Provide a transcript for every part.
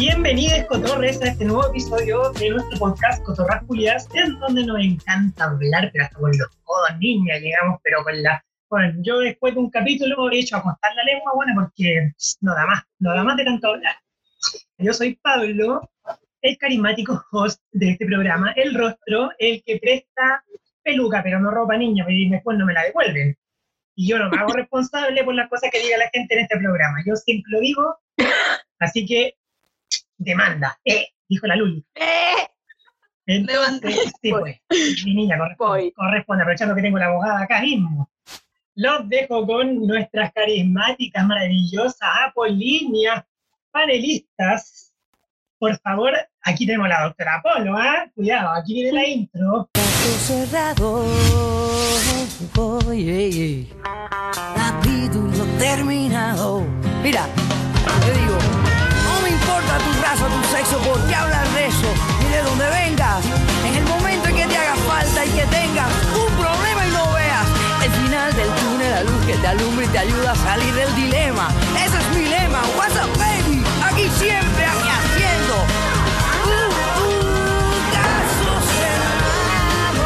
Bienvenidos, cotorres, a este nuevo episodio de nuestro podcast Cotorras Culiadas, en donde nos encanta hablar, pero hasta con los codos, niña, llegamos, pero con la... Bueno, yo después de un capítulo he hecho acostar la lengua, bueno, porque no da más de tanto hablar. Yo soy Pablo, el carismático host de este programa, el rostro, el que presta peluca, pero no ropa niña, y después no me la devuelven. Y yo no me hago responsable por las cosas que diga la gente en este programa. Yo siempre lo digo, así que demanda, dijo la Luli. Entonces, sí, pues, mi niña, corresponde, aprovechando que tengo la abogada acá mismo. Los dejo con nuestras carismáticas, maravillosas, apolíneas, panelistas. Por favor, aquí tenemos a la doctora Apolo, ¿ah? Cuidado, aquí viene la intro. Cerrado, capítulo terminado. Mira, te digo, no me importa tu raza, tu sexo, por qué hablas de eso, ni de dónde vengas. En el momento en que te haga falta y que tengas un problema y no veas el final del túnel, la luz que te alumbra y te ayuda a salir del dilema. Ese es mi lema, what's up baby, aquí siempre, aquí haciendo caso cerrado.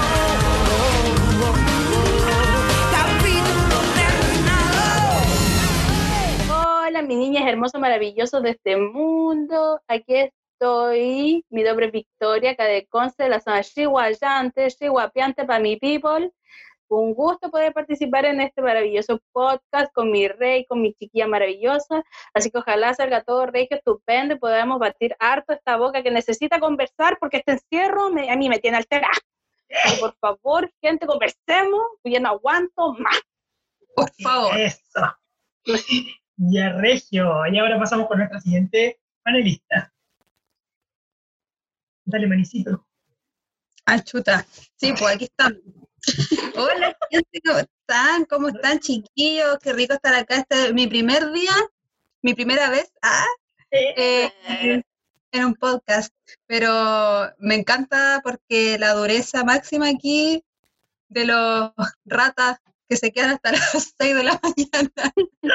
Capítulo terminado. Hola, mis niñas hermosas, maravillosos de este mundo. Aquí estoy, mi nombre es Victoria, acá de Conce, de la zona chihuayante, chihuapiante para mi people. Un gusto poder participar en este maravilloso podcast con mi rey, con mi chiquilla maravillosa. Así que ojalá salga todo regio, estupendo y podamos batir harto esta boca que necesita conversar porque este encierro a mí me tiene alterada. Y por favor, gente, conversemos, yo no aguanto más. Por favor. Eso. Ya, regio. Y ahora pasamos con nuestra siguiente panelista. Dale, manicito. Ah, chuta. Sí, pues aquí estamos. Hola, gente, ¿cómo están? ¿Cómo están, chiquillos? Qué rico estar acá. Este es mi primer día, mi primera vez en un podcast. Pero me encanta porque la dureza máxima aquí de los ratas que se quedan hasta las 6 de la mañana.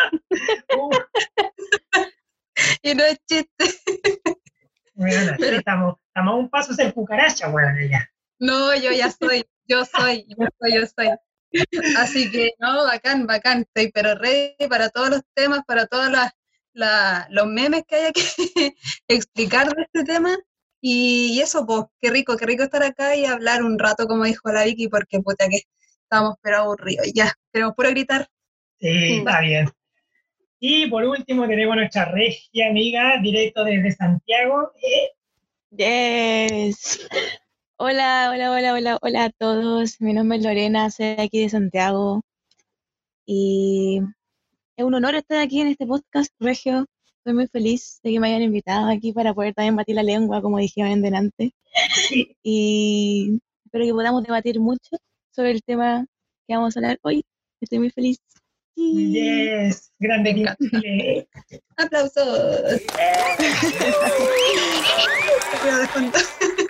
Y no es chiste. Bueno, Pero- estamos a un paso de ser cucaracha, bueno, ya. No, yo soy. Así que, no, bacán, estoy pero ready para todos los temas, para todos los memes que haya que explicar de este tema. Y eso, pues, qué rico estar acá y hablar un rato, como dijo la Vicky, porque puta que estamos pero aburridos. Ya, queremos puro gritar. Sí, está bien. Y por último tenemos a nuestra regia amiga, directo desde Santiago. Yes. Hola a todos. Mi nombre es Lorena, soy de aquí de Santiago. Y es un honor estar aquí en este podcast, Regio. Estoy muy feliz de que me hayan invitado aquí para poder también batir la lengua, como dijeron en delante. Sí. Y espero que podamos debatir mucho sobre el tema que vamos a hablar hoy. Estoy muy feliz. Yes, grande. Me encanta. Chile. ¡Aplausos! Voy a descontar.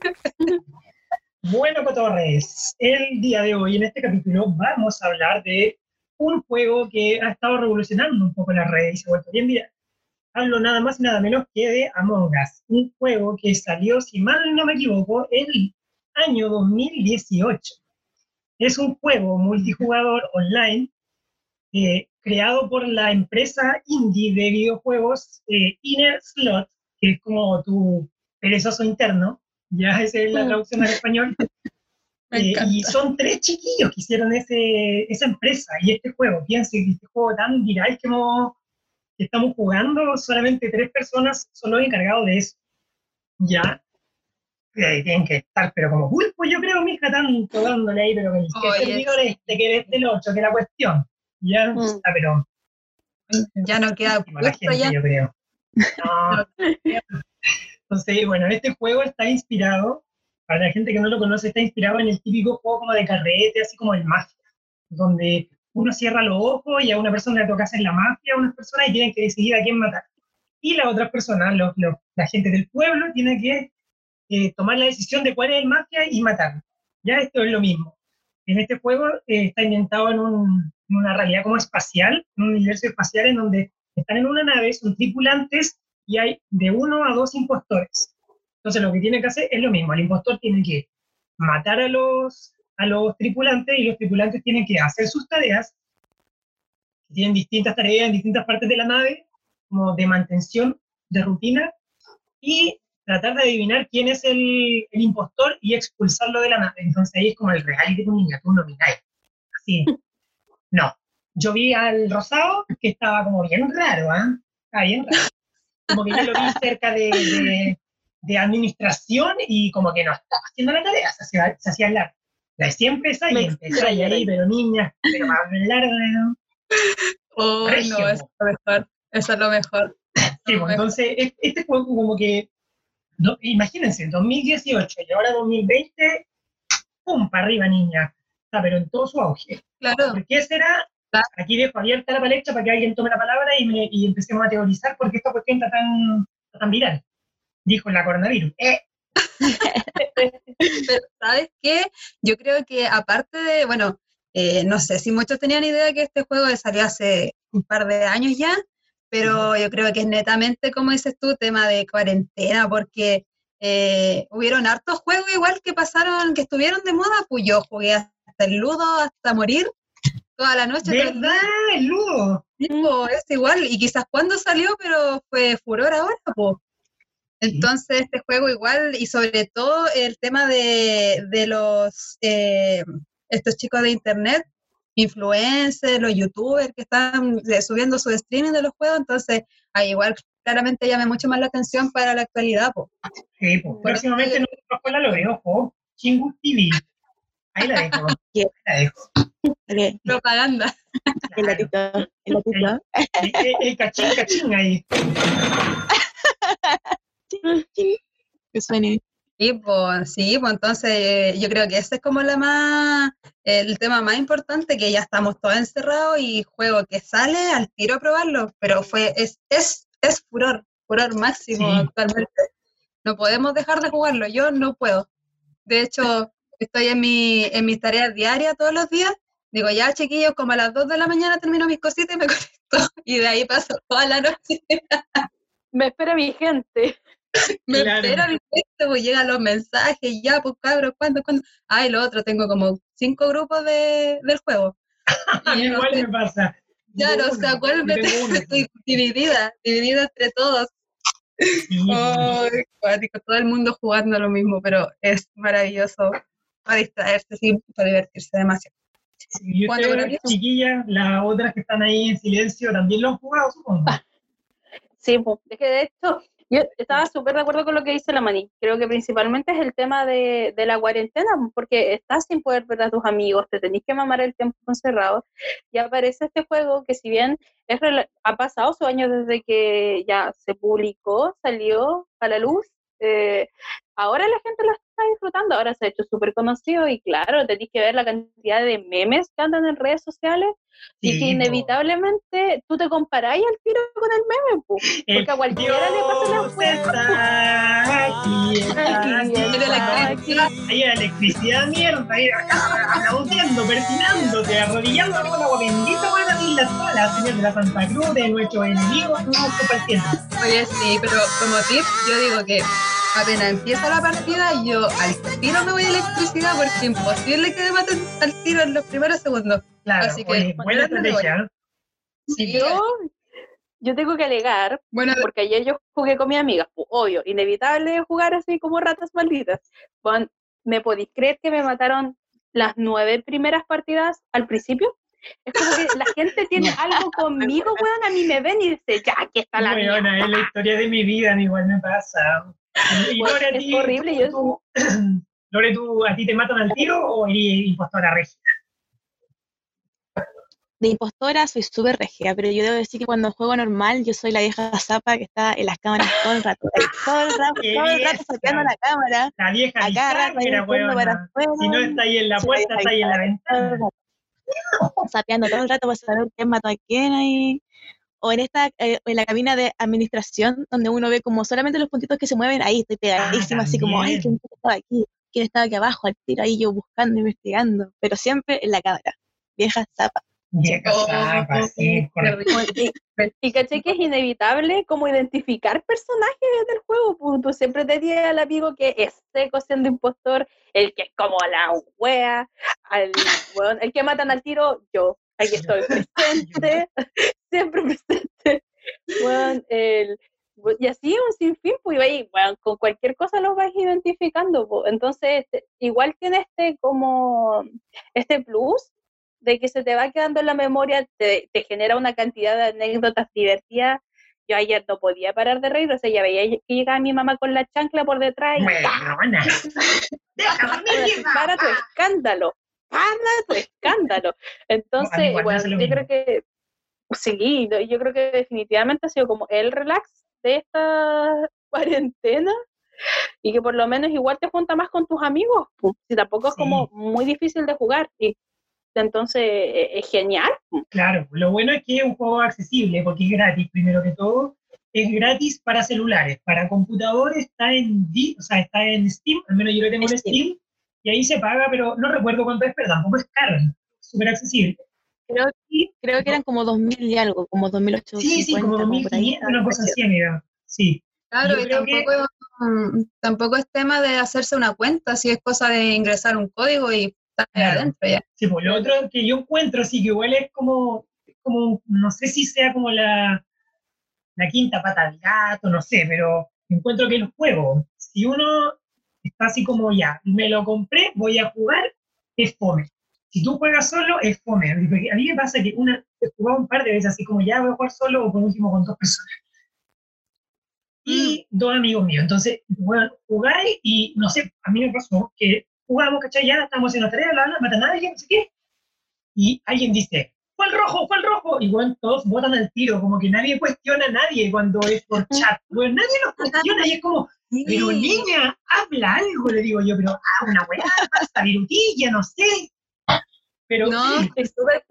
Bueno, cotorres, el día de hoy, en este capítulo, vamos a hablar de un juego que ha estado revolucionando un poco las redes y se ha vuelto bien viral. Hablo nada más y nada menos que de Among Us, un juego que salió, si mal no me equivoco, el año 2018. Es un juego multijugador online creado por la empresa indie de videojuegos Inner Slot, que es como tu perezoso interno, ya esa es la traducción al español. Y son 3 chiquillos que hicieron esa empresa y este juego. Piensen que este juego tan viral que estamos jugando, solamente 3 personas son los encargados de eso. Ya. Tienen que estar, pero como pulpo, yo creo, mija, tanto dándole ahí, pero que servidor que es del 8, que la cuestión. Ya, pero Ya no queda la gente, ya. yo creo. No. Entonces, bueno, este juego está inspirado, para la gente que no lo conoce, está inspirado en el típico juego como de carrete, así como el Mafia, donde uno cierra los ojos y a una persona le toca hacer la mafia a unas personas y tienen que decidir a quién matar. Y las otras personas, la gente del pueblo, tiene que tomar la decisión de cuál es el mafia y matarlo. Ya esto es lo mismo. En este juego está inventado en una realidad como espacial, en un universo espacial en donde están en una nave, son tripulantes y hay de 1 a 2 impostores. Entonces lo que tiene que hacer es lo mismo, el impostor tiene que matar a los tripulantes y los tripulantes tienen que hacer sus tareas, que tienen distintas tareas en distintas partes de la nave, como de mantención, de rutina, y tratar de adivinar quién es el impostor y expulsarlo de la nave. Entonces ahí es como el reality de tu niña, tú nomináis. Así. No. Yo vi al Rosado que estaba como bien raro, ¿ah? Estaba bien raro. Como que yo lo vi cerca de administración y como que no estaba haciendo la tarea, se hacía largo. Siempre empezó ahí, pero niña, pero más largo, ¿no? Oh, Regio, no, eso es lo mejor. Eso es lo mejor. Sí, pues, entonces, este juego como que, no, imagínense, 2018 y ahora 2020, ¡pum! Para arriba, niña. Está, pero en todo su auge. Claro. ¿Por qué será? Aquí dejo abierta la palestra para que alguien tome la palabra y empecemos a teorizar porque esta cuestión está tan viral. Dijo la coronavirus. Pero, ¿sabes qué? Yo creo que aparte de, bueno, no sé si muchos tenían idea que este juego salió hace un par de años ya, pero yo creo que es netamente, como dices tú, tema de cuarentena, porque hubieron hartos juegos igual que pasaron, que estuvieron de moda, pues yo jugué hasta el Ludo, hasta morir, toda la noche. ¿Verdad? El Ludo. Sí, pues, es igual, y quizás cuando salió, pero fue furor ahora, pues. Entonces, este juego igual, y sobre todo el tema de los estos chicos de internet, influencers, los youtubers que están subiendo su streaming de los juegos, entonces ahí igual claramente llama mucho más la atención para la actualidad. Po. Sí, pues próximamente en nuestra escuela lo veo, ojo, Chingu TV. Ahí la dejo. Yeah. La dejo. Okay. Propaganda. Claro. El latito. El cachín ahí. Que suene. Sí, pues entonces yo creo que ese es como el tema más importante, que ya estamos todos encerrados y juego que sale al tiro a probarlo, pero es furor máximo actualmente. No podemos dejar de jugarlo, yo no puedo. De hecho, estoy en mis tareas diarias todos los días, digo ya chiquillos, como a las 2 de la mañana termino mis cositas y me conecto, y de ahí paso toda la noche. Me espera mi gente. Me espera mi texto, pues llegan los mensajes, ya, pues cabros, ¿cuándo? Ah, y lo otro, tengo como 5 grupos del juego. A mí igual me pasa. Ya no sé, ¿cuál estoy dividida entre todos. Sí, cuático, todo el mundo jugando lo mismo, pero es maravilloso para distraerse, sí, para divertirse demasiado. Sí, y ustedes, chiquillas, las otras que están ahí en silencio, también lo han jugado, supongo. Sí, pues, es que de hecho, yo estaba súper de acuerdo con lo que dice la Mani. Creo que principalmente es el tema de la cuarentena, porque estás sin poder ver a tus amigos, te tenés que mamar el tiempo encerrado, y aparece este juego que si bien ha pasado sus años desde que ya se publicó, salió a la luz, ahora la gente lo está disfrutando, ahora se ha hecho súper conocido y claro, tenés que ver la cantidad de memes que andan en redes sociales y que inevitablemente tú te comparáis al tiro con el meme, porque a cualquiera le pasa la cuenta. Hay electricidad, mierda, ahí aplaudiendo, persinándote, arrodillándote con agua bendita, con las islas solas, señor de la Santa Cruz, de nuestros enemigos, no compartiendo. Oye, sí, pero como tip, yo digo que apenas empieza la partida, yo al tiro me voy a electricidad porque es imposible que me maten al tiro en los primeros segundos. Claro, así que buena estrategia. Sí, yo tengo que alegar, porque ayer yo jugué con mis amigas, pues, obvio, inevitable jugar así como ratas malditas. Bueno, ¿me podéis creer que me mataron las 9 primeras partidas al principio? Es como que la gente tiene algo conmigo, weón, a mí me ven y dice, ya, aquí está la mía. Es la historia de mi vida, igual me pasa. Y Lore, es horrible. Lore, ¿a ti te matan al tiro o eres impostora regia? De impostora soy súper regia, pero yo debo decir que cuando juego normal yo soy la vieja zapa que está en las cámaras todo el rato. Todo el rato sapeando la cámara. La vieja bisagra, weona. Si no está ahí en la puerta, está ahí en la ventana. Sapeando todo el rato para saber quién mató a quién ahí. O en la cabina de administración, donde uno ve como solamente los puntitos que se mueven, ahí estoy pegadísima, así como, ay, ¿quién estaba aquí? ¿Quién estaba aquí abajo? Al tiro ahí yo buscando, investigando, pero siempre en la cámara. Vieja zapa. Vieja zapa, sí, correcto. Y caché que es inevitable como identificar personajes del juego, pues tú siempre tenías al amigo que es seco siendo impostor, el que es como la wea, bueno, el que matan al tiro, yo, aquí estoy presente, siempre presente, bueno, y así un sinfín, pues ahí, bueno, con cualquier cosa lo vas identificando, pues. Entonces igual tiene como este plus de que se te va quedando en la memoria, te genera una cantidad de anécdotas divertidas. Yo ayer no podía parar de reír, o sea, ya veía que llegaba mi mamá con la chancla por detrás y Buena. para tu escándalo, Entonces, bueno, yo creo que sí, yo creo que definitivamente ha sido como el relax de esta cuarentena y que por lo menos igual te junta más con tus amigos, pues, si tampoco es como muy difícil de jugar y entonces es genial. Claro, lo bueno es que es un juego accesible porque es gratis, primero que todo. Es gratis para celulares, para computador está está en Steam, al menos yo lo tengo en Steam, y ahí se paga, pero no recuerdo cuánto es, pero tampoco es caro, es súper accesible. Creo que eran como 2.000 y algo, como 2.850. Sí, como 2.500, una cosa así, amiga. Sí. Claro, Yo y creo que tampoco es tema de hacerse una cuenta, si es cosa de ingresar un código y estar claro, adentro ya. Sí, pues lo otro que yo encuentro, sí, que igual es como, no sé si sea como la quinta pata del gato, no sé, pero encuentro que el juego, si uno está así como ya, me lo compré, voy a jugar, es fome. Si tú juegas solo, es fome. Porque a mí me pasa que he jugado un par de veces así como ya voy a jugar solo o por último con 2 personas. Y 2 amigos míos. Entonces, bueno, jugáis y no sé, a mí me pasó que jugamos, ¿cachai? Ya estamos haciendo la tarea, mata a nadie, no sé qué. Y alguien dice, fue el rojo, y bueno, todos votan al tiro, como que nadie cuestiona a nadie cuando es por chat, bueno, nadie los cuestiona y es como, pero niña, habla algo, le digo yo, pero una weá, pasa virutilla, no sé. Pero no, sí. es súper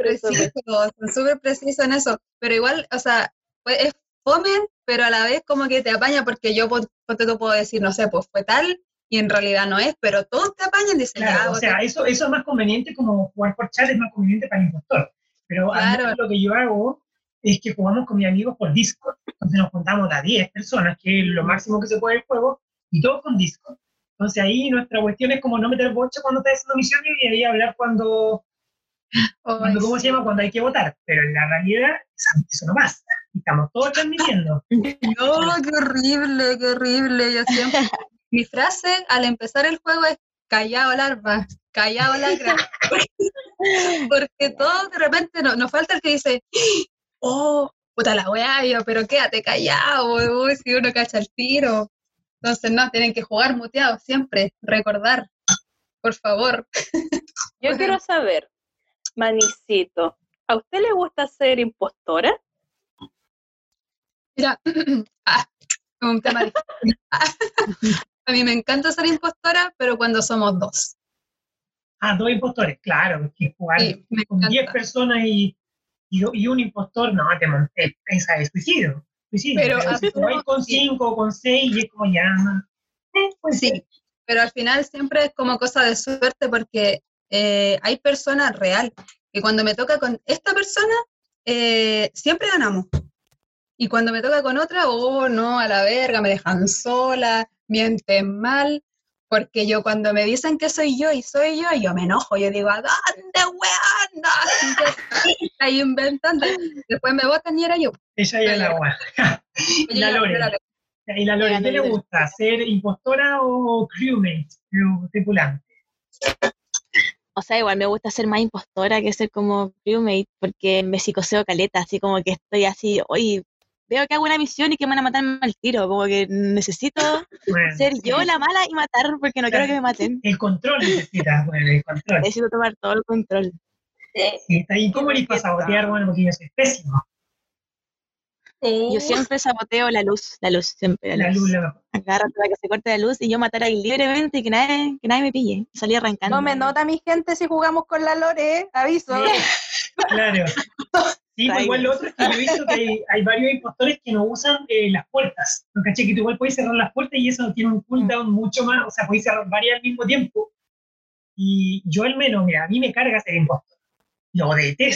preciso en eso, pero igual, o sea, es fome, pero a la vez como que te apaña, porque yo te puedo decir, no sé, pues fue tal, y en realidad no es, pero todos te apañan y dicen, claro, ya, o sea, eso es más conveniente, como jugar por chat es más conveniente para el impostor. Pero claro. a mí lo que yo hago es que jugamos con mis amigos por Discord. Entonces nos juntamos a 10 personas, que es lo máximo que se puede el juego, y todos con Discord. Entonces ahí nuestra cuestión es como no meter bocha cuando estás haciendo misiones y ahí hablar cuando ¿cómo se llama? Cuando hay que votar. Pero en la realidad eso no pasa. Estamos todos transmitiendo. No, qué horrible. Yo siempre, mi frase al empezar el juego es callado larva, callado lacra. Porque todo de repente nos falta el que dice, oh, puta la weá, yo, pero quédate callado, uy, si uno cacha el tiro. Entonces no, tienen que jugar muteados siempre, recordar, por favor. Yo quiero saber, Manicito, ¿a usted le gusta ser impostora? Mira, un tema difícil. A mí me encanta ser impostora, pero cuando somos 2. 2 impostores, claro, que jugar Sí, con 10 personas y un impostor, no, te monté, esa es suicidio. Pero si jugáis con 5 o con 6 y es como ya. Pues sí, pero al final siempre es como cosa de suerte porque hay personas real que cuando me toca con esta persona siempre ganamos. Y cuando me toca con otra, oh no, a la verga, me dejan sola, mienten mal, porque yo cuando me dicen que soy yo, yo me enojo, yo digo, ¿a dónde, weón? Ahí inventando, después me votan y era yo. Ella ya la weá. Y la Lore. ¿Y la Lore, qué le gusta? ¿Ser impostora o crewmate, tripulante? O sea, igual me gusta ser más impostora que ser como crewmate, porque me psicoseo caleta, así como que estoy así, oye, veo que hago una misión y que me van a matarme al tiro, como que necesito ser yo la mala y matar porque no quiero que me maten. El control necesitas, el control. Necesito tomar todo el control. Sí, está ahí. ¿Cómo eres para sabotear? Bueno, porque yo soy pésimo. Yo siempre saboteo la luz, siempre la luz. Agarro para que se corte la luz y yo matar ahí libremente y que nadie me pille. Salí arrancando. No me nota mi gente si jugamos con la Lore, aviso. Claro. Sí, pues igual lo otro es que yo he visto que hay varios impostores que no usan las puertas. ¿No caché? Que tú igual puedes cerrar las puertas y eso tiene un cooldown mucho más, o sea, puedes cerrar varias al mismo tiempo. Y yo al menos, mira, a mí me carga ser impostor. Lo detesto.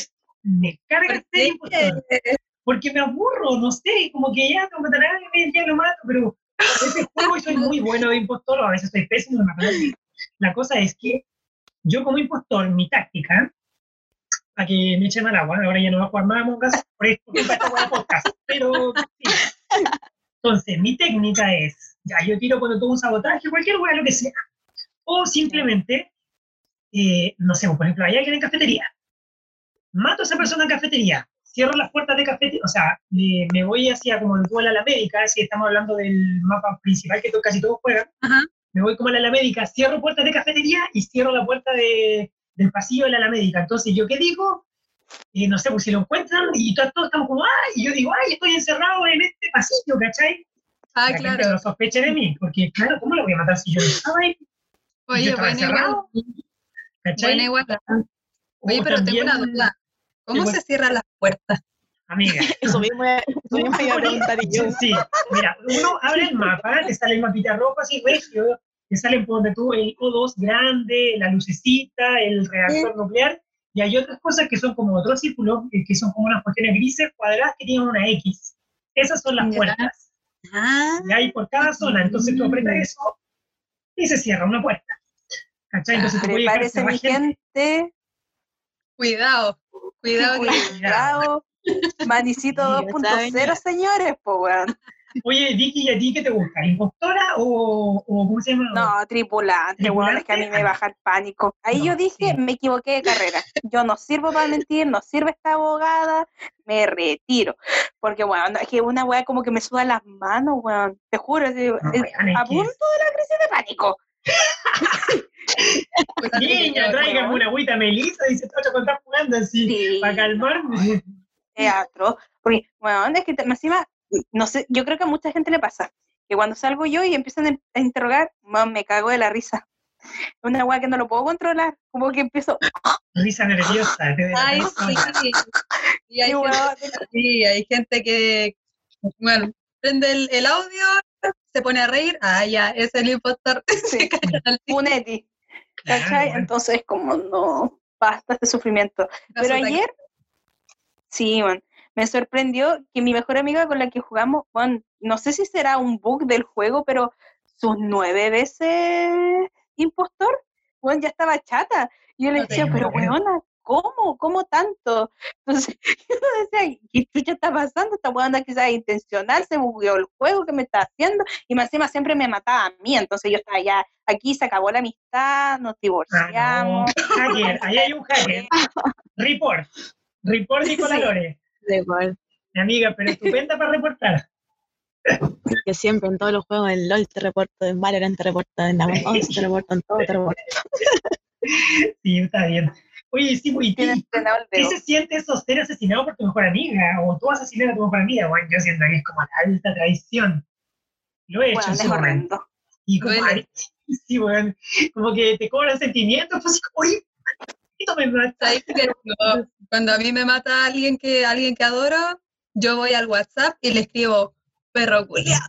me carga ¿Por ser impostor. Porque me aburro, no sé, como que ya tengo que matar a alguien, ya lo mato, pero a veces juego y soy muy bueno de impostor, o a veces soy pésimo de matar a alguien. La cosa es que yo como impostor, mi táctica, para que me echen al agua, ahora ya no voy a jugar más Among Us por esto, por esta buena podcast, pero sí. Entonces, mi técnica es, ya yo tiro cuando tuvo un sabotaje, cualquier hueá, lo que sea, o simplemente, no sé, por ejemplo, hay alguien en cafetería, mato a esa persona en cafetería, cierro las puertas de cafetería, o sea, me voy hacia como el duelo a la América, si estamos hablando del mapa principal que casi todos juegan, Ajá. me voy como a la América, cierro puertas de cafetería y cierro la puerta del pasillo de la América. Entonces, ¿yo qué digo? No sé, pues si lo encuentran y todos estamos como, ¡ay! Y yo digo, ¡ay! Estoy encerrado en este pasillo, ¿cachai? Ah, Para que claro. no sospeche de mí, porque, claro, ¿cómo lo voy a matar si yo no estaba ahí? Y yo Oye, estaba buena igual. encerrado, ¿cachai? Buena igual. Oye, O pero tengo también, una duda. ¿Cómo tengo- se cierran las puertas? amiga, Eso mismo me iba a preguntar yo. Sí, mira, uno abre el mapa, te sale el mapita rojo así, regio, te salen por donde tú el O2 grande, la lucecita, el reactor nuclear, y hay otras cosas que son como otros círculos, que son como unas cuestiones grises cuadradas que tienen una X. Esas son las Ya. puertas. Ah, Y hay por cada zona, entonces tú apretas eso y se cierra una puerta. ¿Cachai? Entonces tú puedes dejar Prepárese, cerrar mi gente. gente. cuidado. Cuidado que Cuidado. Manicito Sí, 2.0, señores, pues, weón. Oye, Vicky, ¿y a ti qué te gusta? ¿Impostora o cómo se llama? No, tripulante, weón, es que a mí me baja el pánico. Ahí No, yo dije, sí. me equivoqué de carrera. Yo no sirvo para mentir, no sirve esta abogada, me retiro. Porque, weón, es que una weá como que me suda las manos, weón. Te juro, así, No, weón, es a que punto de la crisis de pánico. niña, tráigame una agüita Melissa, dice Tocho cuando estás jugando así, Sí, para calmarme. teatro. Porque, weón, es que encima, no sé, yo creo que a mucha gente le pasa. Que cuando salgo yo y empiezan a interrogar, weón, me cago de la risa. Una weá que no lo puedo controlar. Como que empiezo, Risa nerviosa, te de la Ay, persona. sí. Y hay, y, weón, hay gente que, bueno, prende el audio, se pone a reír. Ah, ya, es el impostor. Sí. Se cae al tiro. Funetti. Claro, ¿Cachai? bueno. Entonces, como no, basta este sufrimiento. Pero Resulta que- ayer, sí, man, me sorprendió que mi mejor amiga con la que jugamos, bueno, no sé si será un bug del juego, pero sus 9 veces impostor, bueno, ya estaba chata. Y yo le Ok, decía, pero bueno. weona, ¿cómo? ¿Cómo tanto? Entonces, yo decía, ¿qué chucha está pasando? Esta weona quizás intencional, se bugueó el juego que me está haciendo, y más encima siempre me mataba a mí, entonces yo estaba ya, aquí se acabó la amistad, nos Ah, no. divorciamos. Hacker, ahí hay un hacker. Report. Report Nicola Sí. Lore. Da igual. Mi amiga, pero estupenda para reportar. Que siempre en todos los juegos, en LOL te reporto, en Valorant te reporto, en Among Us te reporto, en todo te reporto. Sí, está bien. Oye, sí, pues, ¿y Tiene qué, entrenado el qué dedo. se siente eso, ser asesinado por tu mejor amiga? O tú asesinar a tu mejor amiga. Bueno, yo siento que es como la alta traición. Lo he hecho Bueno, en es su momento. horrendo. Y como, Duele. ay, sí, bueno, como que te cobran sentimientos, pues, oye, esto me mata. ¿Sabes qué? Cuando a mí me mata alguien que adoro, yo voy al WhatsApp y le escribo, perro culiao.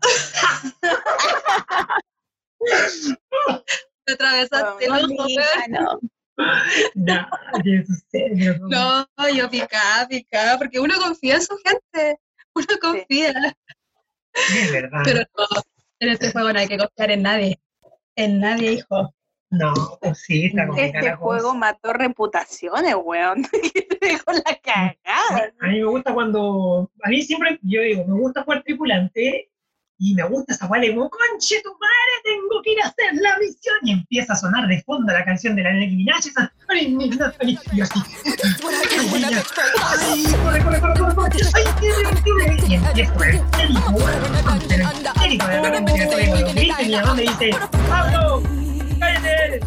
Me atravesaste el ojo, weón. No. No, qué serio. No, yo picaba, porque uno confía en su gente. Uno confía. Sí, es verdad. Pero no, en este juego no hay que confiar en nadie. En nadie, hijo. No, pues sí, está complicada Este la juego cosa. mató reputaciones, weón. Que te dejó la cagada. A mí me gusta cuando, a mí siempre, yo digo, me gusta jugar tripulante y me gusta esa guay, como, conche tu madre, tengo que ir a hacer la misión. Y empieza a sonar de fondo la canción de la Nicki Minaj, esa, y yo así, ay, niña, ay, corre, ay, qué divertido. Y empiezo con el técnico, de repente me estoy con los gritos y mi mamá me dice, ¡Pablo! ¡Cállate!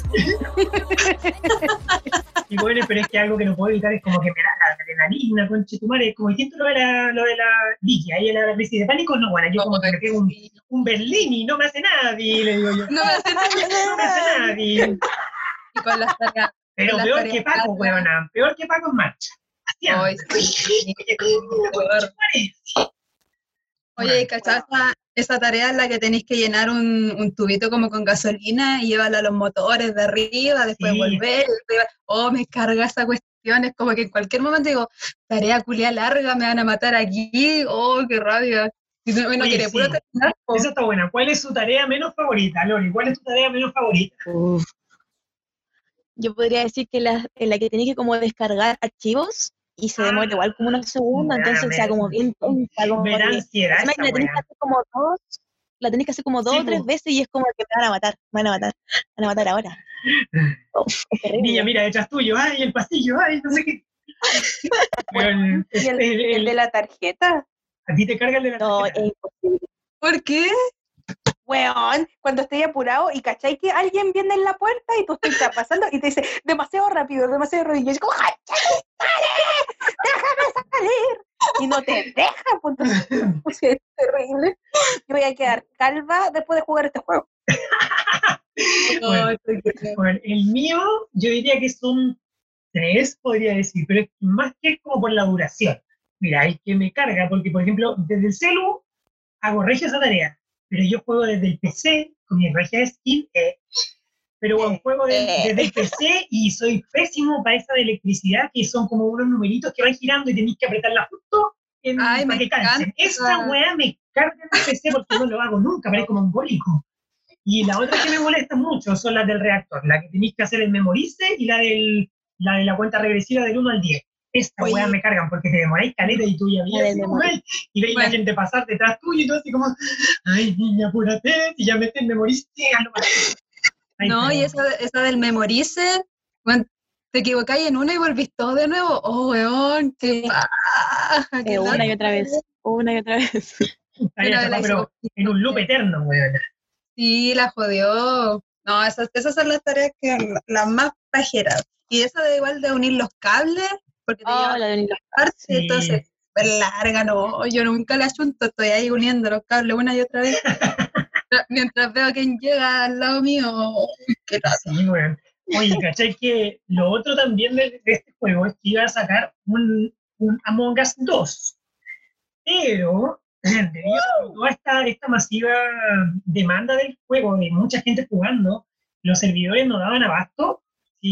Y bueno, pero es que algo que no puedo evitar es como que me da la adrenalina, conche tu madre, como distinto lo de la Vicky, ahí la crisis de pánico, no, bueno, yo como que me pego un Berlini, no me hace nadie, le digo yo, No me hace nada. no me hace nadie. Y con las tareas. Pero con las peor tareas que Paco, atrás. weona, peor que Paco en marcha. Así anda. Ay, sí. Oye, ¿cachai? Esa tarea es la que tenéis que llenar un tubito como con gasolina y llevarla a los motores de arriba, después Sí. volver. Oh, me carga esa cuestión. cuestiones, como que en cualquier momento digo, tarea culia larga, me van a matar aquí, oh, qué rabia. Y no Oye, quiere puro sí. terminar, po. Esa está buena. ¿Cuál es su tarea menos favorita, Lori? ¿Cuál es tu tarea menos favorita? Uf. Yo podría decir que en la que tenés que como descargar archivos y se demora igual como unos segundos, entonces o sea como bien tonta, como Me da que ansiedad encima que esa la tenés que wea. hacer como dos, la tenés que hacer como dos Sí, o tres po. veces y es como que me van a matar, me van a matar, me van a matar ahora. Uf, es terrible. Niña, mira, detrás tuyo, ay, el pasillo, ay, no sé qué. Bueno, ¿y el de la tarjeta? A ti te carga el de la No, tarjeta. es imposible. ¿Por qué? Weón, cuando estoy apurado y cachai que alguien viene en la puerta y tú estás pasando y te dice demasiado rápido, y yo digo, ¡cachai, pare! ¡Déjame salir! Y no te deja, pues entonces, es terrible. Yo voy a quedar calva después de jugar este juego. Bueno, No, estoy que- bueno, el mío, yo diría que son 3, podría decir, pero es más que como por la duración. Mira, es que me carga, porque por ejemplo, desde el celu hago regia esa tarea, pero yo juego desde el PC con mi regia skin, pero bueno, juego desde el PC y soy pésimo para esa de electricidad, que son como unos numeritos que van girando y tenéis que apretarla justo Ay, para me que calcen. encanta. Esa weá me carga en el PC porque no lo hago nunca, parece como un bólico. Y la otra que me molesta mucho son las del reactor, la que tenéis que hacer el memorice y la de la cuenta regresiva del 1 al 10. Esta Oye. weá me cargan porque te demoráis caleta y tú ya La del así como, memorice. ay, y veis Bueno. la gente pasar detrás tuyo y todo así como, ay, niña, apúrate, y ya metes el memorice, ay, No, pero- y esa del memorice, bueno, te equivocáis en una y volvís todo de nuevo. Oh, weón, qué paja, qué Una y lata. otra vez, una y otra vez. Está bien, Una vez la capaz, hice pero con- en un loop eterno, weón. Sí, la jodió. No, esas son las tareas que las más pajeras. Y esa de igual de unir los cables, porque te lleva La de unir los parte, Sí. entonces, súper larga, no, yo nunca la chunto, estoy ahí uniendo los cables una y otra vez. Mientras veo a quién llega al lado mío, uy, qué lata. Sí, weón. Oye, ¿cachai? Que lo otro también de este juego es que iba a sacar un Among Us 2. Pero, debido a toda esta masiva demanda del juego, de mucha gente jugando, los servidores no daban abasto.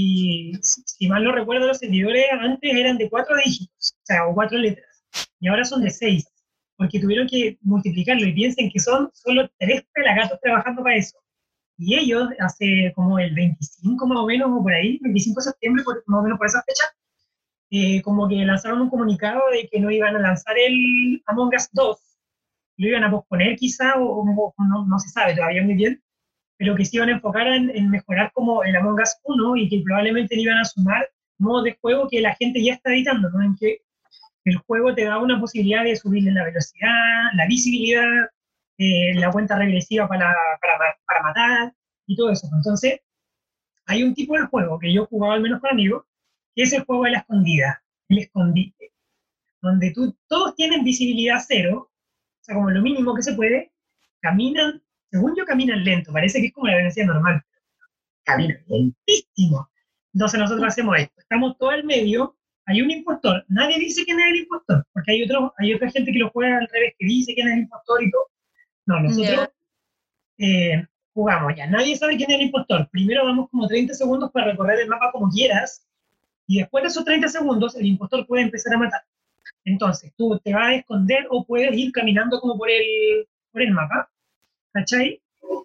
Si mal no recuerdo, los servidores antes eran de 4 dígitos, o sea, o 4 letras, y ahora son de 6, porque tuvieron que multiplicarlo, y piensen que son solo 3 pelagatos trabajando para eso. Y ellos, hace como el 25 más o menos, o por ahí, 25 de septiembre, más o menos por esa fecha, como que lanzaron un comunicado de que no iban a lanzar el Among Us 2, lo iban a posponer quizá, o no se sabe todavía muy bien, pero que se iban a enfocar en mejorar como el Among Us 1 y que probablemente le iban a sumar modos de juego que la gente ya está editando, ¿no? En que el juego te da una posibilidad de subirle la velocidad, la visibilidad, la cuenta regresiva para matar y todo eso. Entonces, hay un tipo de juego que yo jugaba al menos con amigos, que es el juego de la escondida, el escondite, donde todos tienen visibilidad cero, o sea, como lo mínimo que se puede, caminan, según yo caminan lento, parece que es como la velocidad normal, caminan lentísimo. Entonces nosotros hacemos esto, estamos todo al medio, hay un impostor, nadie dice quién es el impostor, porque hay otra gente que lo juega al revés, que dice quién es el impostor y todo. No, nosotros jugamos ya, nadie sabe quién es el impostor. Primero damos como 30 segundos para recorrer el mapa como quieras, y después de esos 30 segundos el impostor puede empezar a matar. Entonces tú te vas a esconder o puedes ir caminando como por el mapa, ¿cachai?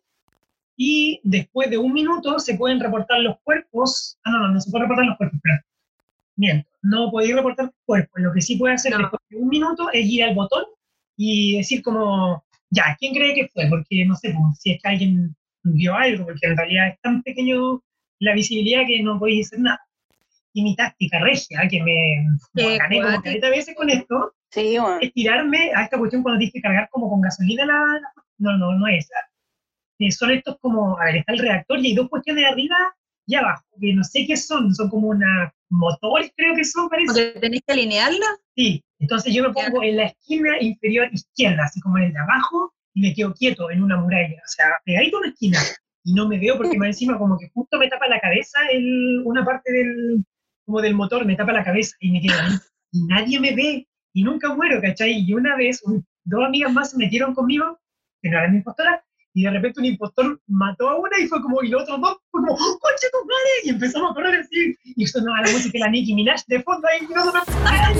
Y después de 1 minuto se pueden reportar los cuerpos. No se pueden reportar los cuerpos, pero miento, no podéis reportar cuerpos. Lo que sí puedes hacer después de 1 minuto es ir al botón y decir como, ya, ¿quién cree que fue? Porque no sé, pues, si es que alguien vio algo, porque en realidad es tan pequeño la visibilidad que no podéis hacer nada. Y mi táctica regia, que me gané como 40 veces con esto, sí, bueno, es tirarme a esta cuestión cuando tienes que cargar como con gasolina no es esa. Son estos como, a ver, está el reactor y hay 2 cuestiones arriba y abajo, que no sé qué son como unas motores, creo que son, parece. ¿Porque tenéis que alinearla? Sí, entonces yo me pongo en la esquina inferior izquierda, así como en el de abajo, y me quedo quieto en una muralla, o sea, pegadito a una esquina, y no me veo porque más encima como que justo me tapa la cabeza una parte del motor, me tapa la cabeza y me quedo ahí, y nadie me ve, y nunca muero, ¿cachai? Y una vez, 2 amigas más se metieron conmigo, que no eran mi impostora, y de repente un impostor mató a una y fue como, y los otros dos fue como, ¡oh, concha tu madre! Y empezamos a correr así, y sonaba la música de la Nicki Minaj de fondo ahí, y nosotros, ¡ay,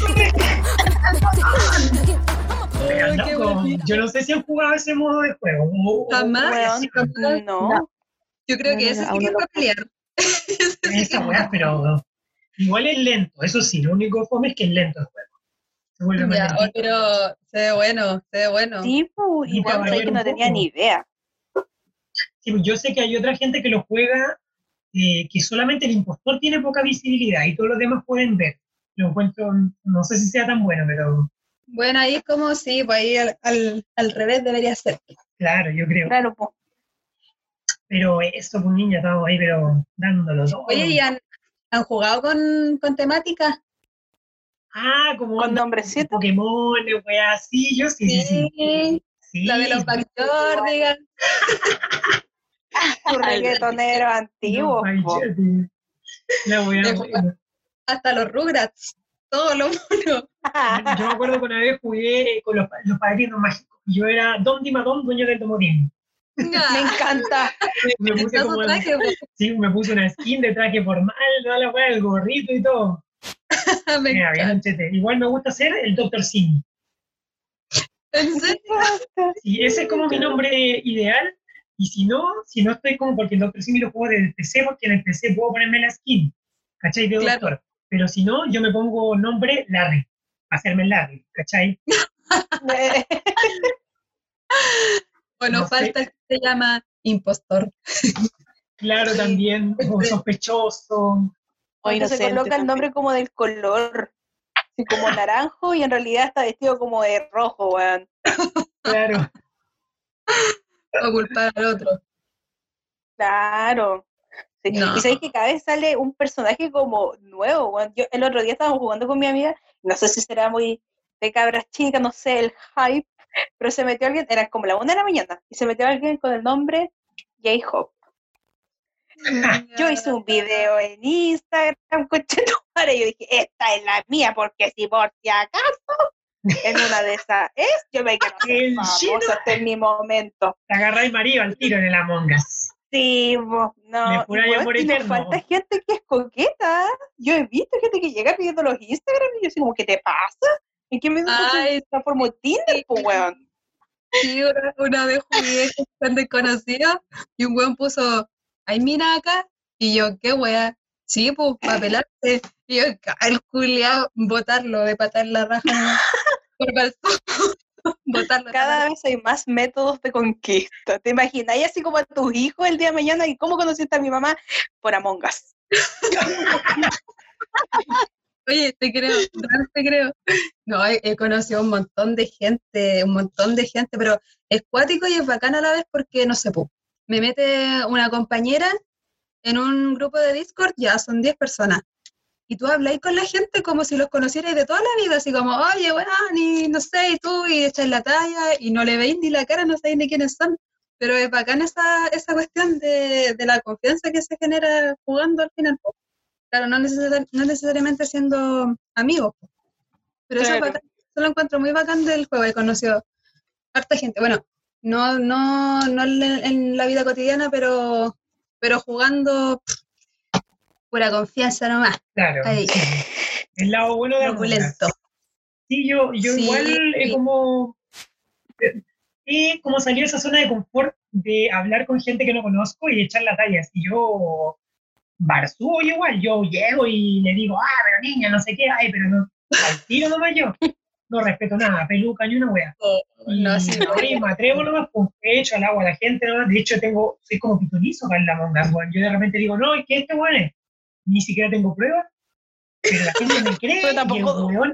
pero, qué loco, bonito. yo no sé si han jugado ese modo de juego. Jamás, Weón, jamás. no. Yo creo que ese sí aún que no es lo para pelear. Ese sí que Esa es weá, pero igual es lento, eso sí, lo único fome es que es lento el juego. Se vuelve más Ya, lentito. pero se ve bueno, se ve bueno. Sí, pues, Y igual sabes que caballero no un tenía poco. ni idea. Sí, pues yo sé que hay otra gente que lo juega, que solamente el impostor tiene poca visibilidad y todos los demás pueden ver. Lo encuentro, no sé si sea tan bueno, pero Bueno, ahí es como sí, pues ahí al revés debería ser. claro, yo creo. Claro, pues. Pero eso, pues niña, estamos ahí, pero dándolo todo. Oye, ¿y han jugado con temática? Ah, como Con onda, nombrecito. Pokémon, weá, así, yo sí. La de los Sí, Backyardigans. Tus reggaetoneros los antiguos, po. Backyardigans. La weá, De bueno. hasta los Rugrats. Todo lo bueno. Yo me acuerdo que una vez jugué con los padrinos mágicos. Yo era Don Dimadón, dueño del Domodín. Me encanta. Me puse como traje, po. sí, me puse una skin de traje formal, toda la weá, el gorrito y todo. Me Mira, bien encanta. entretenido. Igual me gusta ser el Dr. Simi. ¿En serio? Sí, ese es como mi nombre ideal. Y si no estoy como porque el Dr. Simi lo juego desde el PC, porque en el PC puedo ponerme la skin, ¿cachai? De Claro. doctor. Pero si no, yo me pongo nombre Larry, hacerme el Larry, ¿cachai? O No nos sé. falta el que se llama impostor. Claro, también, o sospechoso. O Cuando se inocente coloca el también. nombre como del color, así como naranjo, y en realidad está vestido como de rojo, weón. Claro. O culpar al otro. Claro. Sí. No. Y sabéis que cada vez sale un personaje como nuevo, weón. Yo el otro día estábamos jugando con mi amiga, no sé si será muy de cabras chicas, no sé, el hype, pero se metió alguien, era como la 1 de la mañana, y se metió alguien con el nombre J-Hope. Yo hice un video en Instagram, conchetumare, y yo dije, esta es la mía, porque si por si acaso en una de esas yo me quiero hacer El famosa, este es mi momento. Te agarráis marido al tiro en el Among Us. Sí, no, Le juráis weón, amor y nos eterno. falta gente que es coqueta. Yo he visto gente que llega pidiendo los Instagram y yo así como, ¿qué te pasa? ¿En qué me Ay, transformó Tinder, pues, weón? sí, una vez jugué con desconocido y un weón puso, ay, mira acá. Y yo, qué wea. Sí, pues, para pelarse. Y yo, el culiao, botarlo, de patar la raja nomás. Por balcón. Botarlo. Cada vez hay más métodos de conquista. ¿Te imaginas? Y así como a tus hijos el día de mañana, ¿y cómo conociste a mi mamá? Por Among Us. Oye, te creo, real te creo. No, he conocido un montón de gente, pero es cuático y es bacán a la vez porque, no sé, po, me mete una compañera en un grupo de Discord, ya son 10 personas, y tú habláis con la gente como si los conocierais de toda la vida, así como, oye, bueno, ni no sé, y tú, y echáis la talla, y no le veis ni la cara, no sabéis ni quiénes son, pero es bacán esa cuestión de la confianza que se genera jugando al final, po. Claro, no necesariamente siendo amigos, po. Pero eso es Claro. bacán, eso lo encuentro muy bacán del juego, he conocido harta gente, bueno, no en la vida cotidiana, pero jugando pura confianza nomás. Claro. Ahí. Sí. El lado bueno de Among Us. Opulento. Sí, yo Sí. igual he como salido de esa zona de confort de hablar con gente que no conozco y echar la talla. Si yo barzúo igual, yo llego y le digo, pero niña, no sé qué, pero no, al tiro nomás yo. No respeto nada, peluca ni una wea. Y No, sí, y me atrevo nomás, pues he hecho al agua a la gente nomás. De hecho, soy como pitonizo para el Among Us, weón. Yo de repente digo, no, es que este weón es. Ni siquiera tengo pruebas, pero la gente me cree Pero y tampoco- el weón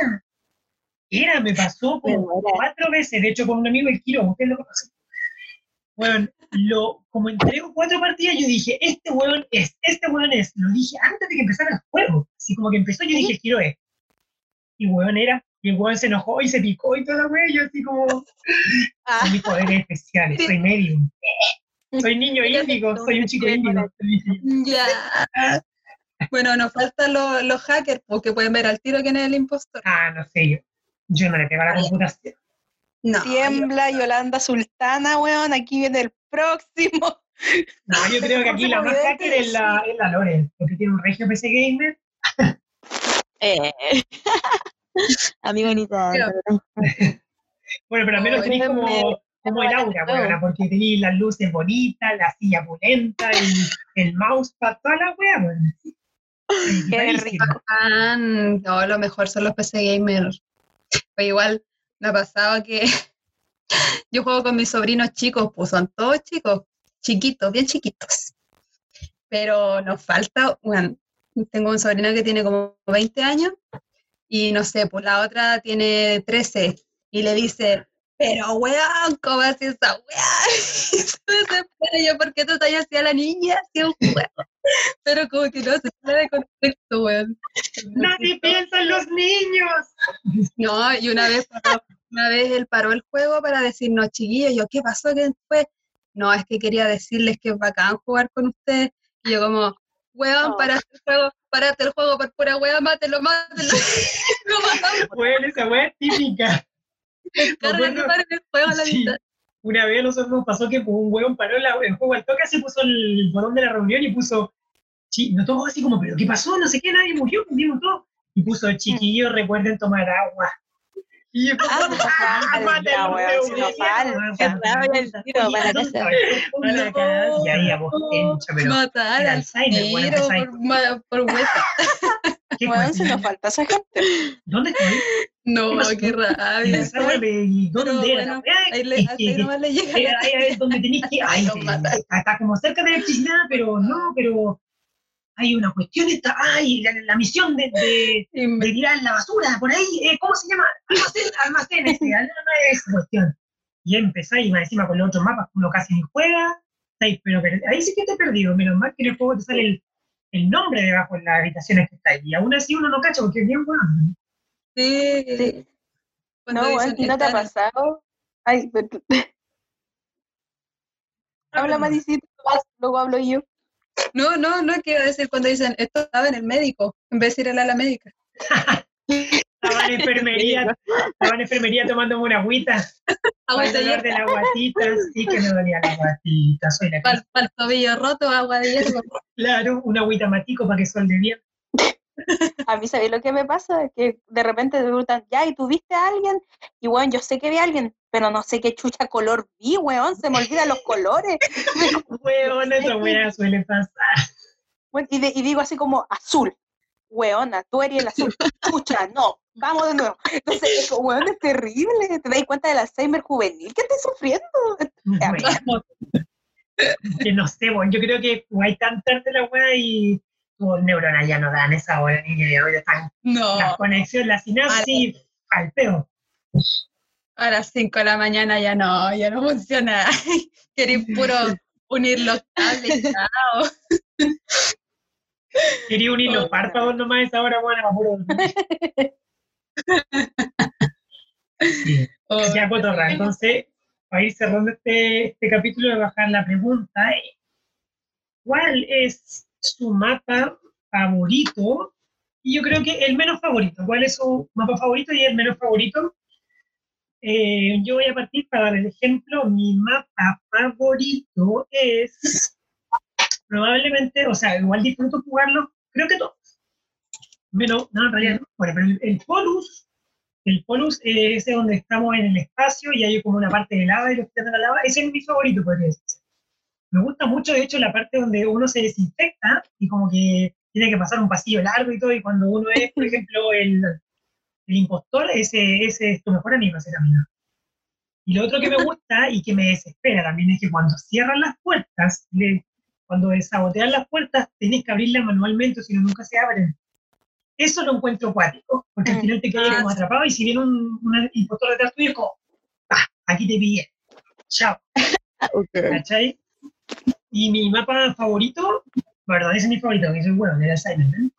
me pasó como 4 veces, de hecho con un amigo el Kiro, usted lo conoce. Bueno, como entrego 4 partidas, yo dije, este weón es, lo dije antes de que empezara el juego, así como que empezó, yo dije, el Kiro es, y weón era, y el weón se enojó y se picó y toda la wea, yo así como, son mis poderes especiales, soy medium, soy niño índigo, soy un chico índigo. Ya. Bueno, nos faltan los hackers, porque pueden ver al tiro quién es el impostor. No sé, yo no le pego a la computación. No, Tiembla Yolanda Sultana, weón, aquí viene el próximo. No, yo creo que aquí la más hacker es la Lore, porque tiene un regio PC Gamer. Amigo Anita. Bueno, pero al menos tenéis como el aura, weona, porque tenéis las luces bonitas, la silla pulenta, el mousepad, toda la wea, weón. Qué rico. No, lo mejor son los PC gamers. Pero igual me ha pasado que yo juego con mis sobrinos chicos, pues son todos chicos, chiquitos, bien chiquitos. Pero nos falta, bueno, tengo un sobrino que tiene como 20 años y no sé, pues la otra tiene 13 y le dice, pero weón, ¿cómo hace esa weá? Y se desespera yo, ¿por qué tú estás así a la niña? Así un juego. Pero como que no se sale de contexto, weón. ¡Nadie piensa en los niños! No, y una vez él paró el juego para decirnos, chiquillos, yo, ¿qué pasó? ¿Qué fue? No, es que quería decirles que es bacán jugar con ustedes. Y yo como, weón, párate el juego por pura weón, mátelo. Lo matamos. Bueno, esa wea es típica. Cargan y paren el juego a la Sí. mitad. Una vez a nosotros nos pasó que un hueón paró el juego al toque, se puso el botón de la reunión y puso, no todo así como, pero ¿qué pasó? No sé qué, nadie murió, murieron todos. Y puso, chiquillos, recuerden tomar agua. Y yo puso, Ya, weón, si no falta. Y ahí a vos, encha, pero Matar era al Alzheimer, bueno, tiro empezáis. por huesa. ¿Qué Weón, cosa? si no falta esa gente. ¿Dónde estoy? No, pasó? qué rabia. Esa wea ¿y dónde Pero era? bueno, Es hasta ahí nomás le llega la ahí es donde tenéis que, ay, Los matan. está como cerca de electricidad, pero no, pero hay una cuestión, la misión de tirar la basura, por ahí, ¿cómo se llama? Almacén, no es esa cuestión. Y empezáis, y más encima con los otros mapas, uno casi ni juega, pero ahí sí que te he perdido, menos mal que en el juego te sale el nombre debajo en las habitaciones que está ahí, y aún así uno no cacha porque es bien bueno. Sí. Cuando No, dicen, ¿no te ha están- pasado? Ay, habla Maricito, luego hablo yo. No, quiero decir cuando dicen, esto estaba en el médico, en vez de ir a la médica. Estaba en enfermería tomándome una agüita. Para el dolor de la guatita, sí que me dolía la guatita. Soy la Para el tobillo roto, agua de hierro. Claro, una agüita matico para que suelde bien. A mí, ¿sabéis lo que me pasa? Que de repente te preguntan, ya, ¿y tú viste a alguien? Y, weón, yo sé que vi a alguien, pero no sé qué chucha color vi, weón, se me olvidan los colores. Weón, esa weá suele pasar. Bueno, y digo así como, azul. Weona, tú eres el azul. Chucha, no, vamos de nuevo. Entonces, weón, es terrible. ¿Te das cuenta del Alzheimer juvenil que estoy sufriendo? Bueno, que no sé, bueno, yo creo que hay tanta arte la weá y tus neuronas ya no dan esa hora, niña, y ahora están No, la conexión, la sinapsis, al peo. a las 5 de la mañana ya no funciona. Queréis puro unir los cables, chao. Quería unir los párpados nomás esa hora, bueno, para puro dormir. Sí. Ya, Cotorra, entonces, para ir cerrando este capítulo, voy a bajar la pregunta. ¿Cuál es su mapa favorito? Y yo creo que el menos favorito. ¿Cuál es su mapa favorito y el menos favorito? Yo voy a partir para dar el ejemplo. Mi mapa favorito es probablemente, o sea, igual disfruto jugarlo, creo que todos. Menos, no, en realidad no. Bueno, pero el Polus es ese donde estamos en el espacio y hay como una parte de lava y los que de la lava. Ese es mi favorito, podría decirse. Me gusta mucho, de hecho, la parte donde uno se desinfecta y como que tiene que pasar un pasillo largo y todo, y cuando uno es, por ejemplo, el impostor, ese es tu mejor amigo, ese camino. Y lo otro que me gusta y que me desespera también es que cuando cierran las puertas, cuando sabotean las puertas, tenés que abrirlas manualmente, o si no, nunca se abren. Eso lo encuentro acuático, porque al final te quedas como atrapado y si viene un impostor detrás tuyo, es como, aquí te pillé, chao. ¿Cachai? Y mi mapa favorito, perdón, ese es mi favorito, que soy bueno, el Alzheimer, ¿eh?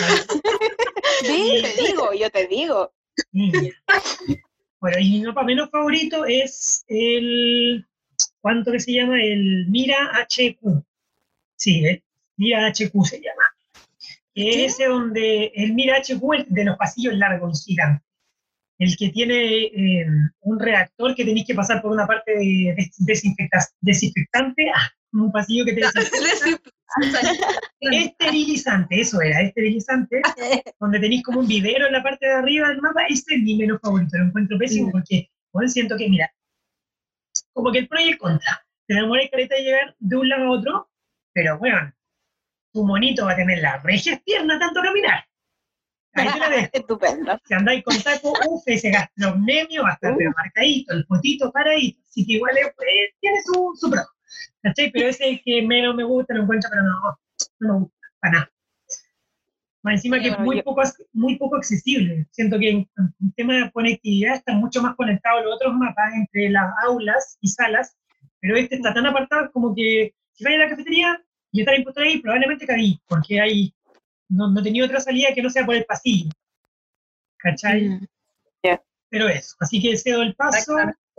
Sí, yo te digo. Bueno, y mi mapa menos favorito es ¿cuánto que se llama? El Mira HQ. Sí, Mira HQ se llama. Que es ese donde el Mira HQ es de los pasillos largos, gigantes. el que tiene un reactor que tenéis que pasar por una parte de desinfectante, un pasillo que te desinfecta. Esterilizante, eso era, esterilizante, donde tenéis como un videro en la parte de arriba del mapa. Ese es mi menos favorito, lo encuentro pésimo porque, bueno, siento que, mira, como que el pro y el contra. Te demoras caleta de llegar de un lado a otro, pero, bueno, tu monito va a tener las regias piernas tanto caminar. Ahí te la dejo. Estupendo. Si andáis con taco, ese gastrocnemio va a estar pero marcadito, el potito paradito. Así que igual tiene su pro. ¿Cachai? Pero ese es el que menos me gusta, lo encuentro, pero no me gusta para nada. Más encima que es muy poco accesible. Siento que en tema de conectividad están mucho más conectados los otros mapas entre las aulas y salas, pero este está tan apartado como que si vais a la cafetería y está el impostor ahí, probablemente cabí, porque hay no tenía otra salida que no sea por el pasillo. ¿Cachai? Yeah. Pero eso, así que cedo el paso.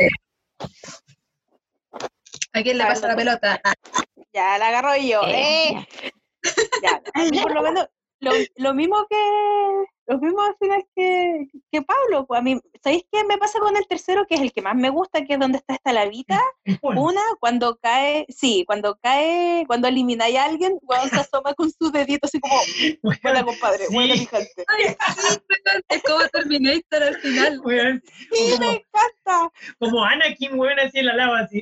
¿A quién le pasa la pelota? Ya la agarro yo. Ya, a mí por lo menos lo mismo los mismos finales que Pablo. Pues a mí, ¿sabéis qué me pasa con el tercero? Que es el que más me gusta, que es donde está esta lavita. Una, cuando elimináis a alguien, cuando se asoma con sus deditos así como, hola compadre, sí. Buena mi gente. Ay, sí, es como Terminator al final. Bueno, Sí, como, me encanta. Como Anakin, weón, así en la lava, así.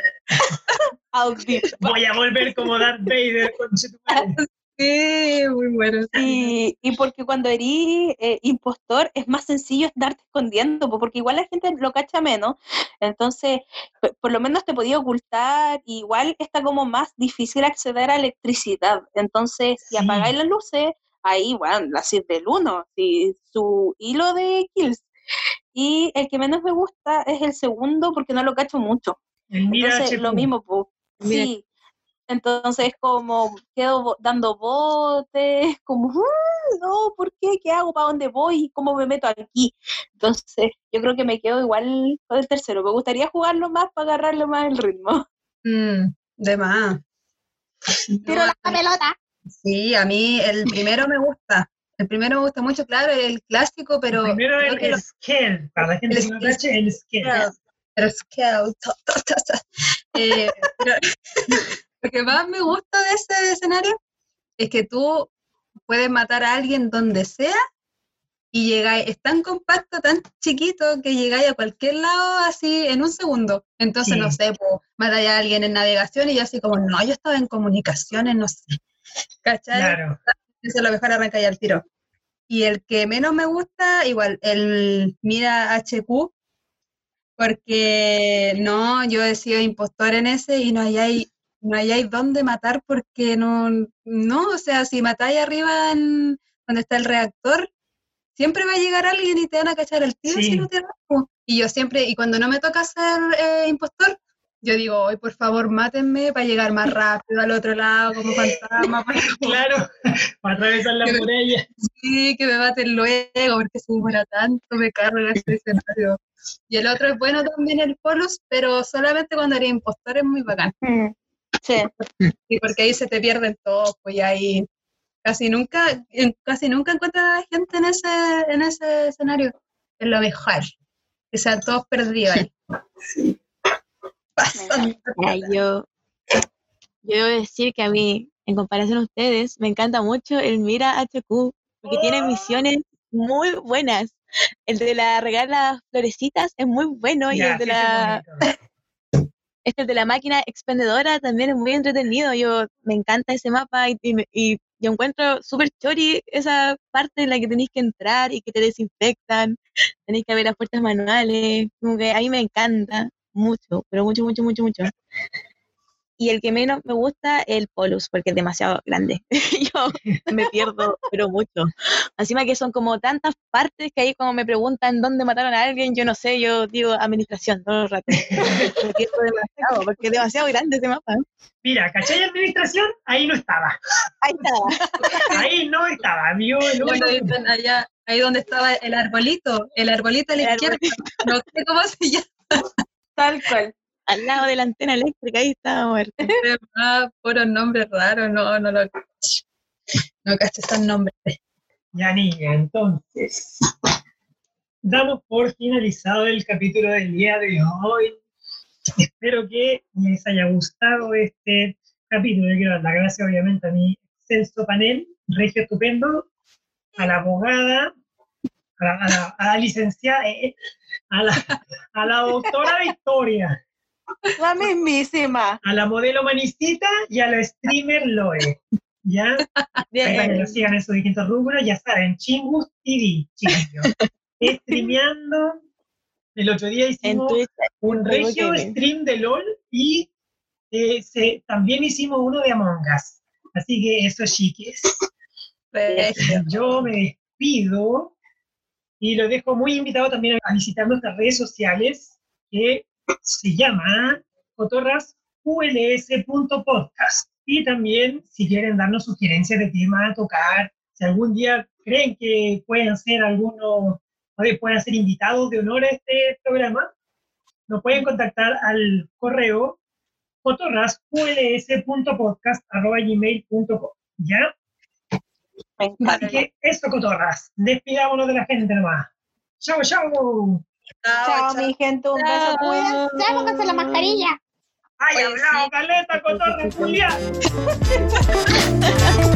Voy a volver como Darth Vader, conchetumare. Sí, muy bueno. Y porque cuando eres impostor es más sencillo estarte escondiendo, porque igual la gente lo cacha menos, entonces por lo menos te podía ocultar, igual está como más difícil acceder a electricidad, entonces si apagáis las luces, ahí, bueno, la CID del 1, su hilo de kills. Y el que menos me gusta es el segundo porque no lo cacho mucho. Entonces, lo mismo, pues, sí. Entonces, como quedo dando botes, como, no, ¿por qué? ¿Qué hago? ¿Para dónde voy? ¿Cómo me meto aquí? Entonces, yo creo que me quedo igual con el tercero. Me gustaría jugarlo más para agarrarle más el ritmo. De más. Tiro la pelota. Sí, a mí el primero me gusta. El primero me gusta mucho, claro, el clásico, pero... El primero es el Scale, para la gente que no cache, el Scale. El Scale. Pero lo que más me gusta de ese escenario es que tú puedes matar a alguien donde sea y llegáis, es tan compacto, tan chiquito, que llegáis a cualquier lado así en un segundo. Entonces, no sé, pues, matáis a alguien en navegación y yo así como, no, yo estaba en comunicaciones, no sé. ¿Cachai? Claro. Eso es lo mejor, arranca ya el tiro. Y el que menos me gusta, igual, el Mira HQ, porque no, yo he sido impostor en ese y no hay dónde matar porque no, o sea, si matáis arriba donde está el reactor, siempre va a llegar alguien y te van a cachar el tiro si no te das. Y yo siempre, y cuando no me toca ser impostor, yo digo, hoy por favor mátenme para llegar más rápido al otro lado como fantasma. Claro, para atravesar la muralla. Sí, que me maten luego porque se demora tanto, me carga este escenario. Y el otro es bueno también, el Polus, pero solamente cuando eres impostor es muy bacán. Sí. Y porque ahí se te pierden todos, pues ahí casi nunca encuentras a gente en ese escenario. Es lo mejor. Que sean todos perdidos ahí. Yo debo decir que a mí, en comparación a ustedes, me encanta mucho el Mira HQ, porque tiene misiones muy buenas. El de regar las florecitas es muy bueno, y el de la máquina expendedora también es muy entretenido. Me encanta ese mapa y yo encuentro súper chori esa parte en la que tenéis que entrar y que te desinfectan, tenéis que abrir las puertas manuales, como que a mí me encanta mucho, pero mucho, mucho, mucho, mucho. Y el que menos me gusta es el Polus, porque es demasiado grande. Yo me pierdo, pero mucho. Encima que son como tantas partes que ahí como me preguntan dónde mataron a alguien, yo no sé, yo digo administración todo el rato. Me pierdo demasiado, porque es demasiado grande ese mapa. Mira, ¿cachai administración? Ahí no estaba. Ahí está. Ahí no estaba, amigo. Cuando dicen allá, ahí donde estaba el arbolito a la izquierda, no sé cómo se llama. Tal cual. Al lado de la antena eléctrica, ahí estaba muerto. Puros nombres raros, no cacho esos nombres. Ya, niña, entonces, damos por finalizado el capítulo del día de hoy. Espero que les haya gustado este capítulo. Yo quiero dar las gracias, obviamente, a mi excelso panel, regio estupendo, a la abogada, a la licenciada, a la doctora Victoria, La mismísima. a la modelo Manicita y a la streamer Loe. ¿Ya? Ahí para que lo sigan en sus distintos rubros, ya saben, Chingus TV, chiquillos. Streameando. El otro día En hicimos Twitch. un regio Gaming. stream de LOL y también hicimos uno de Among Us. Así que eso, chiques. Regio. Yo me despido y los dejo muy invitados también a visitar nuestras redes sociales, que se llama cotorrasuls.podcast. Y también, si quieren darnos sugerencias de tema a tocar, si algún día creen que pueden ser algunos, pueden ser invitados de honor a este programa, nos pueden contactar al correo cotorrasuls.podcast@gmail.com. ¿Ya? Así que eso, cotorras. Despidámonos de la gente nomás. ¡Chao, chao! Chao, mi gente, un beso. Cuídense, pónganse la mascarilla. ¡Ay, Oye, hablado, sí. caleta, cotorra, Julián!